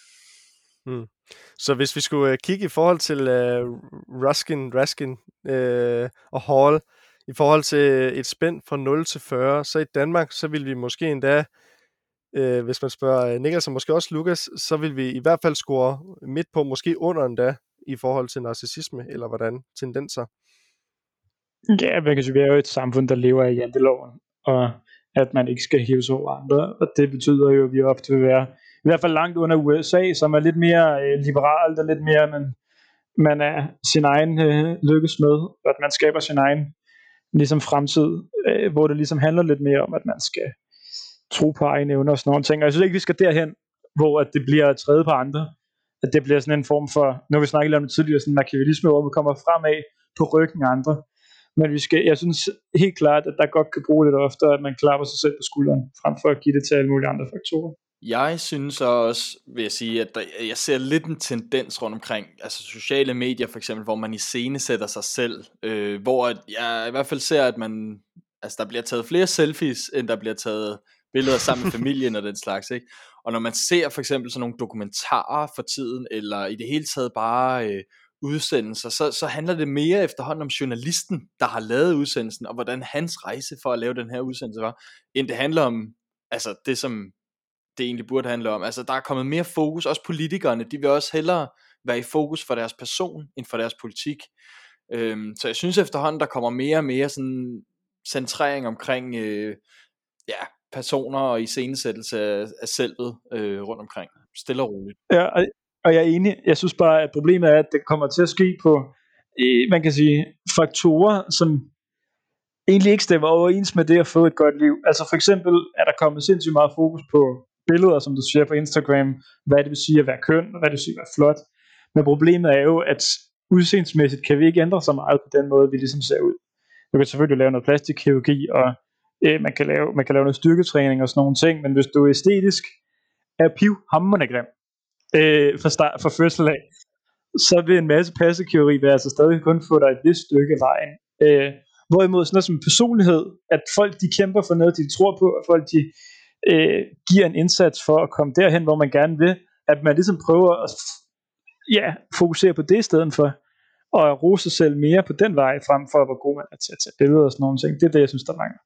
Så hvis vi skulle kigge i forhold til Raskin og Hall, i forhold til et spænd fra 0 til 40, så i Danmark, så vil vi måske endda, hvis man spørger Niklas og måske også Lukas, så vil vi i hvert fald score midt på, måske under endda, i forhold til narcissisme, eller hvordan tendenser. Ja, vi er jo et samfund, der lever af janteloven, og at man ikke skal hive sig over andre, og det betyder jo, at vi ofte vil være i hvert fald langt under USA, som er lidt mere liberalt, og lidt mere, man er sin egen lykkesmed, og at man skaber sin egen ligesom fremtid, hvor det ligesom handler lidt mere om, at man skal tro på egne evner og sådan nogle ting. Og jeg synes ikke, vi skal derhen, hvor at det bliver træde på andre, at det bliver sådan en form for, nu har vi snakket om det tidligere, sådan en machiavellisme, hvor vi kommer fremad på ryggen af andre. Men jeg synes helt klart, at der godt kan bruge lidt oftere, at man klapper sig selv på skulderen, frem for at give det til alle mulige andre faktorer. Jeg synes også, vil jeg sige, at jeg ser lidt en tendens rundt omkring, altså sociale medier for eksempel, hvor man iscenesætter sig selv, hvor jeg i hvert fald ser, at der bliver taget flere selfies, end der bliver taget billeder sammen med familien og den slags, ikke? Og når man ser for eksempel sådan nogle dokumentarer for tiden, eller i det hele taget bare udsendelser, så handler det mere efterhånden om journalisten, der har lavet udsendelsen, og hvordan hans rejse for at lave den her udsendelse var, end det handler om, altså det som det egentlig burde handle om. Altså der er kommet mere fokus, også politikerne, de vil også hellere være i fokus for deres person, end for deres politik. Så jeg synes efterhånden, der kommer mere og mere sådan centrering omkring personer og iscenesættelse af selvet rundt omkring. Stille og roligt. Ja, og jeg er enig. Jeg synes bare, at problemet er, at det kommer til at ske på, man kan sige, faktorer, som egentlig ikke stemmer overens med det at få et godt liv. Altså for eksempel er der kommet sindssygt meget fokus på billeder, som du siger på Instagram, hvad det vil sige at være køn, hvad det vil sige at være flot. Men problemet er jo, at udseendsmæssigt kan vi ikke ændre så meget på den måde, vi ligesom ser ud. Du kan selvfølgelig lave noget plastikkirurgi, og man kan lave noget styrketræning og sådan nogle ting, men hvis du er æstetisk er pivhamrende grim fra fødsel af, så vil en masse passekirurgi være altså stadig kun få dig et vist stykke vejen. Hvorimod sådan noget som personlighed, at folk de kæmper for noget, de tror på, og folk de giver en indsats for at komme derhen, hvor man gerne vil, at man ligesom prøver at fokusere på det i stedet for, og at rose sig selv mere på den vej, frem for hvor god man er til at tage billeder og sådan nogle ting. Det er det, jeg synes, der mangler.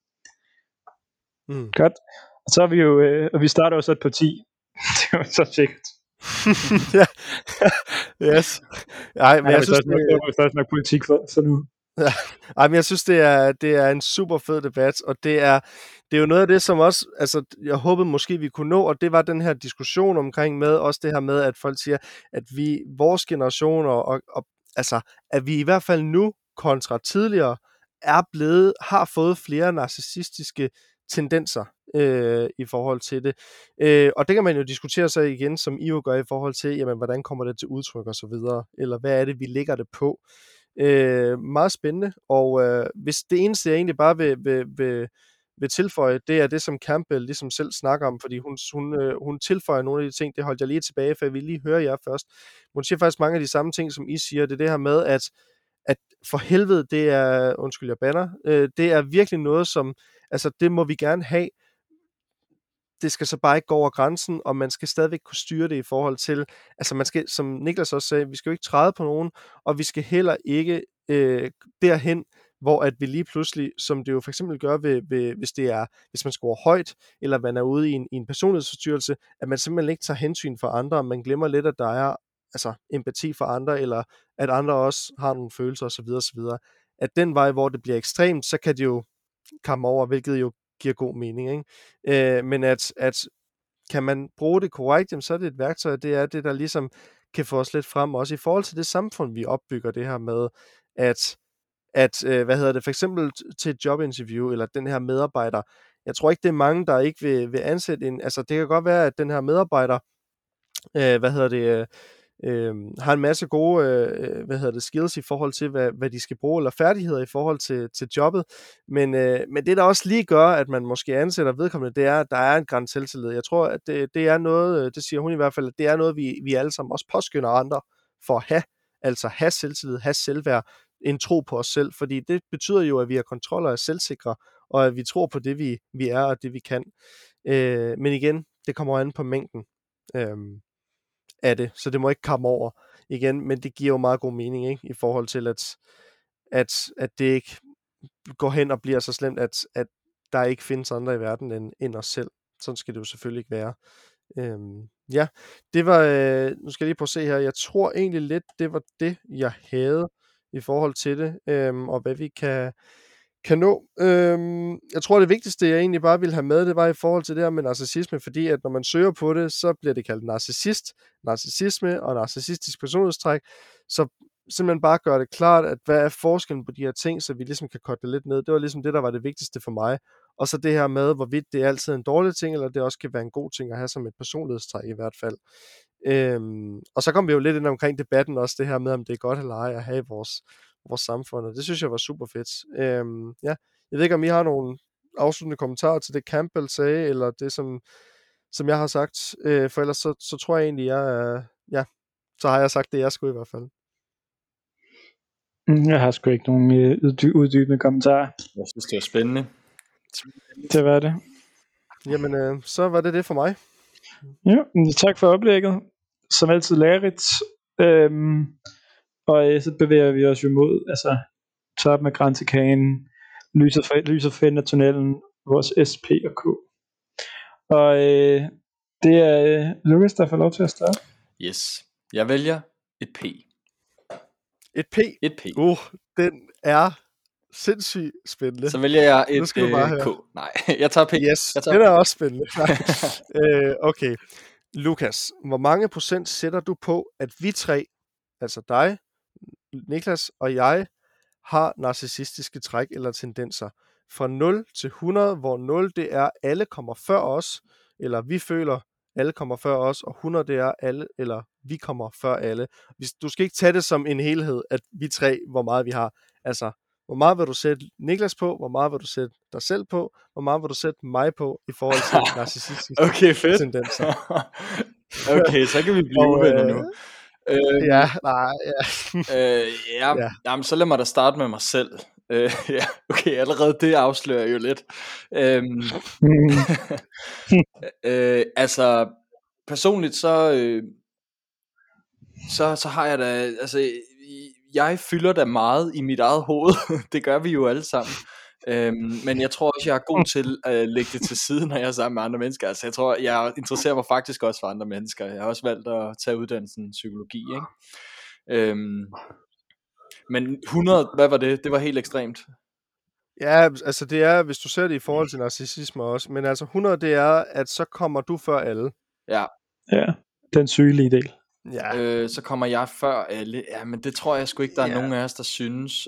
Godt. Og så er vi jo, og vi starter jo så et parti. Det er jo så sikkert. Ja. Yes. Ej, men jeg synes, det er nok politik for nu. Ja. Ej, men jeg synes, det er en super fed debat, og det er jo noget af det, som også, altså, jeg håbede måske, vi kunne nå, og det var den her diskussion omkring med, også det her med, at folk siger, at vores generation, og altså, at vi i hvert fald nu, kontra tidligere, har fået flere narcissistiske tendenser i forhold til det. Og det kan man jo diskutere sig igen, som I jo gør i forhold til, jamen, hvordan kommer det til udtryk og så videre, eller hvad er det, vi lægger det på. Meget spændende, og hvis det eneste, jeg egentlig bare vil tilføje, det er det, som Campbell ligesom selv snakker om, fordi hun tilføjer nogle af de ting, det holdt jeg lige tilbage, for jeg vil lige høre jer først. Hun siger faktisk mange af de samme ting, som I siger, det er det her med, at for helvede, det er, undskyld jeg banner, det er virkelig noget, som, altså det må vi gerne have, det skal så bare ikke gå over grænsen, og man skal stadigvæk kunne styre det i forhold til, altså man skal, som Niklas også sagde, vi skal jo ikke træde på nogen, og vi skal heller ikke derhen, hvor at vi lige pludselig, som det jo for eksempel gør, hvis man scorer højt, eller man er ude i en personlighedsforstyrrelse, at man simpelthen ikke tager hensyn for andre, man glemmer lidt, at der er altså empati for andre, eller at andre også har nogle følelser osv. At den vej, hvor det bliver ekstremt, så kan det jo komme over, hvilket jo giver god mening, ikke? Men at kan man bruge det korrekt, jamen, så er det et værktøj, det er det, der ligesom kan få os lidt frem, også i forhold til det samfund, vi opbygger det her med, at for eksempel til et jobinterview, eller den her medarbejder, jeg tror ikke, det er mange, der ikke vil ansætte altså det kan godt være, at den her medarbejder, har en masse gode skills i forhold til, hvad de skal bruge, eller færdigheder i forhold til jobbet, men det, der også lige gør, at man måske ansætter vedkommende, det er, at der er en græns selvtillid. Jeg tror, at det er noget, det siger hun i hvert fald, at det er noget, vi alle sammen også påskynder andre for at have, altså have selvtillid, have selvværd, en tro på os selv, fordi det betyder jo, at vi er kontrol og er selvsikre, og at vi tror på det, vi er, og det, vi kan. Men igen, det kommer an på mængden af det, så det må ikke komme over igen, men det giver jo meget god mening, ikke? I forhold til, at det ikke går hen og bliver så slemt, at der ikke findes andre i verden end os selv. Sådan skal det jo selvfølgelig ikke være. Ja, det var, nu skal jeg lige prøve at se her, jeg tror egentlig lidt, det var det, jeg havde i forhold til det, og hvad vi kan nå. Jeg tror, det vigtigste, jeg egentlig bare ville have med, det var i forhold til det her med narcissisme, fordi at når man søger på det, så bliver det kaldt narcissisme og narcissistisk personlighedstræk, så simpelthen bare gøre det klart, at hvad er forskellen på de her ting, så vi ligesom kan korte det lidt ned. Det var ligesom det, der var det vigtigste for mig. Og så det her med, hvorvidt det er altid en dårlig ting, eller det også kan være en god ting at have som et personlighedstræk i hvert fald. Og så kom vi jo lidt ind omkring debatten også, det her med, om det er godt eller ej at have i vores samfund, og det synes jeg var super fedt. Ja, jeg ved ikke, om I har nogle afsluttende kommentarer til det, Campbell sagde, eller det, som som jeg har sagt. For ellers så tror jeg egentlig, så har jeg sagt det, jeg skulle i hvert fald. Jeg har sgu ikke nogen uddybende kommentarer. Jeg synes, det var spændende. Det var det. Jamen, så var det for mig. Ja, tak for oplægget. Som altid lærerigt. Og så bevæger vi os jo mod toppen af Grænsekagen, lyser for enden af tunnelen, vores S, P og K. Og det er Lukas, der får lov til at starte. Yes. Jeg vælger et P. Et P? Et P. Den er sindssygt spændende. Så vælger jeg et K. Nej, jeg tager P. Yes, den er også spændende. Okay. Lukas, hvor mange procent sætter du på, at vi tre, altså dig, Niklas og jeg, har narcissistiske træk eller tendenser? Fra 0 til 100, hvor 0 det er, alle kommer før os, eller vi føler, alle kommer før os, og 100 det er alle, eller vi kommer før alle. Du skal ikke tage det som en helhed, at vi tre, hvor meget vi har. Altså, hvor meget vil du sætte Niklas på, hvor meget vil du sætte dig selv på, hvor meget vil du sætte mig på, i forhold til narcissistiske tendenser. Okay, så kan vi blive uvenner nu. Jamen, så lad mig da starte med mig selv. Okay, allerede det afslører jo lidt. Altså, personligt så har jeg da, altså, jeg fylder da meget i mit eget hoved. Det gør vi jo alle sammen. Men jeg tror også, jeg er god til at lægge det til side, når jeg er sammen med andre mennesker. Altså, jeg tror, jeg interesserer mig faktisk også for andre mennesker. Jeg har også valgt at tage uddannelsen psykologi, ikke? Men 100, hvad var det? Det var helt ekstremt. Ja, altså det er, hvis du ser det i forhold til narcissisme også, men altså 100, det er, at så kommer du før alle. Ja, den sygelige del. Ja. Så kommer jeg før alle. Ja, men det tror jeg sgu ikke, der er nogen af os, der synes.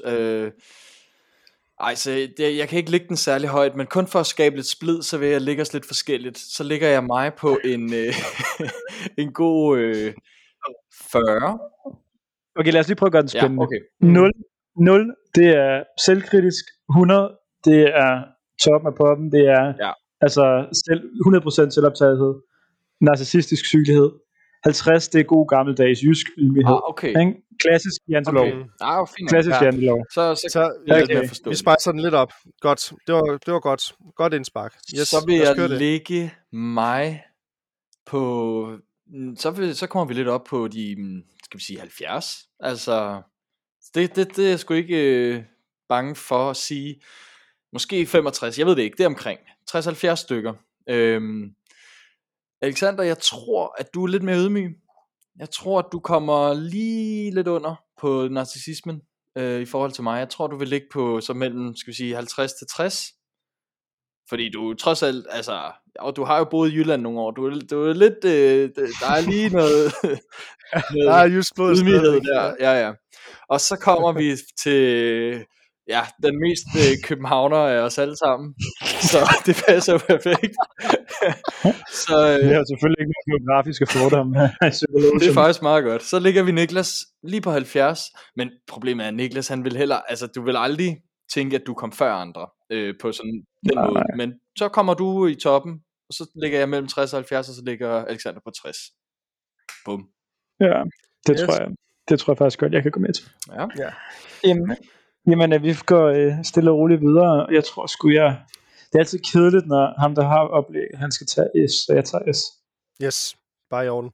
Jeg kan ikke lægge den særlig højt, men kun for at skabe lidt splid, så vil jeg lægge os lidt forskelligt. Så ligger jeg mig på en god 40. Okay, lad os lige prøve at gøre den spændende. Ja, okay. 0, det er selvkritisk. 100, det er toppen af poppen. Det er altså 100% selvoptagethed. Narcissistisk sygelighed. 50, det er god gammeldags jysk ydmyghed. Okay. Klassisk jantelov. Okay. Klassisk jantelov. Så vi spejser den lidt op. Godt. Det var godt. Godt indspark. Yes, så vil jeg lægge mig på... Så kommer vi lidt op på de, skal vi sige 70. Altså, det er jeg sgu ikke bange for at sige. Måske 65, jeg ved det ikke. Det er omkring 60-70 stykker. Alexander, jeg tror, at du er lidt mere ydmyg. Jeg tror, at du kommer lige lidt under på narcissismen i forhold til mig. Jeg tror, du vil ligge på så mellem, skal vi sige, 50 til 60. Fordi du trods alt, altså, du har jo boet i Jylland nogle år. Du er lidt, der er lige noget der er just både ydmyghed der. Ja. Og så kommer vi til... Ja, den mest københavner af os alle sammen. Så det passer jo perfekt. Så det er selvfølgelig ikke nogle geografiske fordomme. Det er faktisk meget godt. Så ligger vi Niklas lige på 70. Men problemet er, at Niklas, han vil heller... Altså, du vil aldrig tænke, at du kom før andre på sådan den måde. Men så kommer du i toppen, og så ligger jeg mellem 60 og 70, og så ligger Alexander på 60. Bum. Ja, det tror jeg faktisk godt, jeg kan gå med til. Ja. Jamen, vi går stille og roligt videre. Jeg tror sgu, det er altid kedeligt, når ham, der har oplægget, han skal tage S, så jeg tager S. Yes, bare i orden.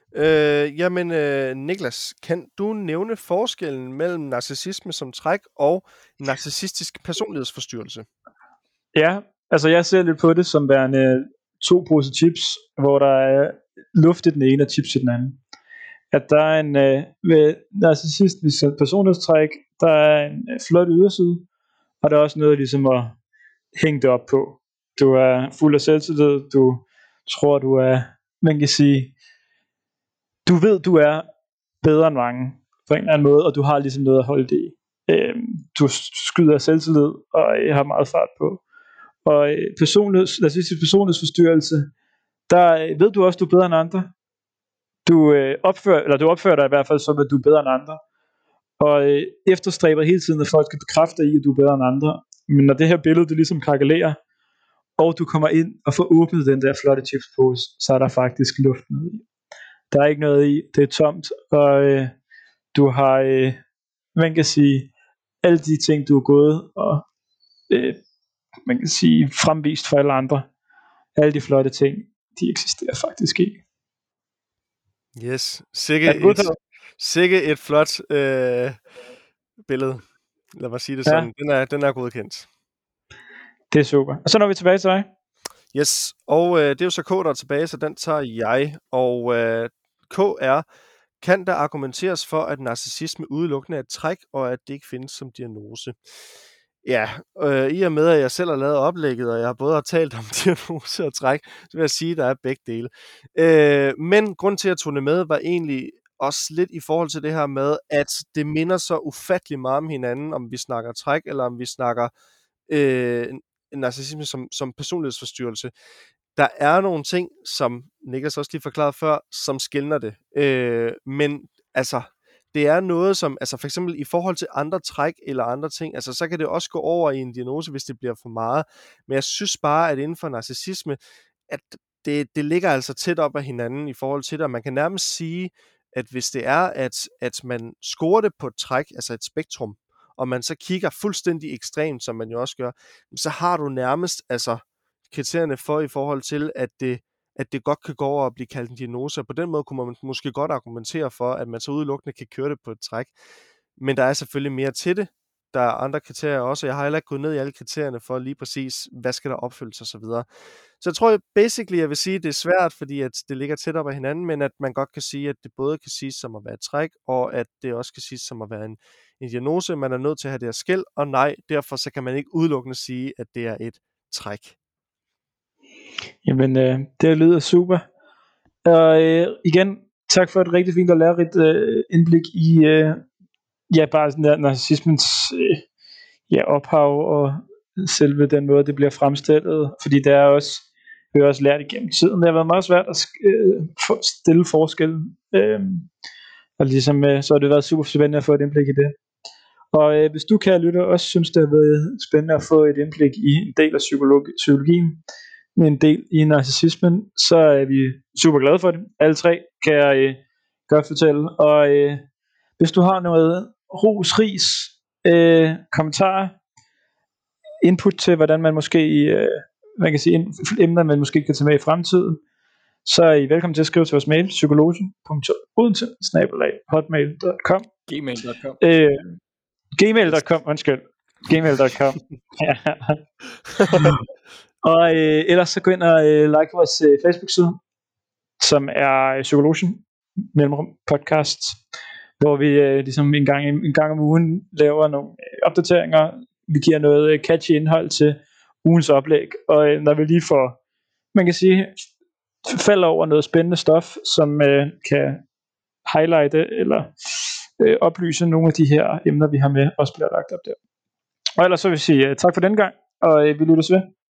Niklas, kan du nævne forskellen mellem narcissisme som træk og narcissistisk personlighedsforstyrrelse? Ja, altså jeg ser lidt på det som værende 2 poser chips, hvor der er luft i den ene og chips i den anden. At der er en ved narcissistisk personlighedstræk, der er en flot yderside, og der er også noget ligesom at hænge det op på. Du er fuld af selvtillid, du tror du er, man kan sige, du ved du er bedre end mange på en eller anden måde, og du har ligesom noget at holde det i. Du skyder af selvtillid og har meget fart på. Og narcissistisk personlighedsforstyrrelse, der ved du også du er bedre end andre. Du opfører dig i hvert fald som at du er bedre end andre. Og efterstræber hele tiden, at folk skal bekræfte i, at du er bedre end andre. Men når det her billede, det ligesom krakelerer, og du kommer ind og får åbnet den der flotte chipspose, så er der faktisk luft nede i. Der er ikke noget i, det er tomt, og du har, man kan sige, alle de ting, du har gået og man kan sige, fremvist for alle andre. Alle de flotte ting, de eksisterer faktisk ikke. Yes, sikke et flot billede. Lad mig sige det sådan. Den er godkendt. Det er super. Og så når vi tilbage til dig. Yes, og det er jo så K, der er tilbage, så den tager jeg. Og K er, kan der argumenteres for, at narcissisme udelukkende er et træk, og at det ikke findes som diagnose? Ja, i og med, at jeg selv har lavet oplægget, og jeg både har talt om diagnose og træk, så vil jeg sige, at der er begge dele. Men grund til at tog det med, var egentlig også lidt i forhold til det her med, at det minder så ufattelig meget om hinanden, om vi snakker træk, eller om vi snakker narcissisme som personlighedsforstyrrelse. Der er nogle ting, som Niklas også lige forklarede før, som skiller det. Men altså, det er noget som, altså for eksempel i forhold til andre træk eller andre ting, altså så kan det også gå over i en diagnose, hvis det bliver for meget. Men jeg synes bare, at inden for narcissisme, at det ligger altså tæt op af hinanden i forhold til det, og man kan nærmest sige, at hvis det er, at man scorer det på et træk, altså et spektrum, og man så kigger fuldstændig ekstremt, som man jo også gør, så har du nærmest altså kriterierne for i forhold til, at det godt kan gå over og blive kaldt en diagnose, og på den måde kunne man måske godt argumentere for, at man så udelukkende kan køre det på et træk. Men der er selvfølgelig mere til det. Der er andre kriterier også, og jeg har heller ikke gået ned i alle kriterierne for lige præcis, hvad skal der opfyldes og så videre. Så jeg tror basically, jeg vil sige, at det er svært, fordi at det ligger tæt op af hinanden, men at man godt kan sige, at det både kan siges som at være et træk, og at det også kan siges som at være en diagnose. Man er nødt til at have det her skel, og nej, derfor så kan man ikke udelukkende sige, at det er et træk. Jamen, det lyder super. Og igen, tak for et rigtig fint og lærerigt indblik i bare sådan der narcissismens ophav og selve den måde, det bliver fremstillet. Fordi det er også, vi har også lært igennem tiden. Det har været meget svært at stille forskellen. Og ligesom, så har det været super spændende at få et indblik i det. Og hvis du, kære lytter, også synes, det har været spændende at få et indblik i en del af psykologien, en del i narcissismen, så er vi super glade for det. Alle tre kan jeg godt fortælle. Og hvis du har noget ros, ris, kommentarer, input til, hvordan man måske, man kan sige, emner, man måske kan tage med i fremtiden, så er I velkommen til at skrive til vores mail, psykologen.odense@hotmail.com gmail.com Og ellers så gå ind og like vores Facebook-side, som er Psykologen Mellemrum Podcast, hvor vi ligesom en gang om ugen laver nogle opdateringer. Vi giver noget catchy indhold til ugens oplæg, og når vi lige får, man kan sige, falder over noget spændende stof, som kan highlighte eller oplyse nogle af de her emner, vi har med, også bliver lagt op der. Og ellers så vil jeg sige tak for den gang, og vi lyttes ved.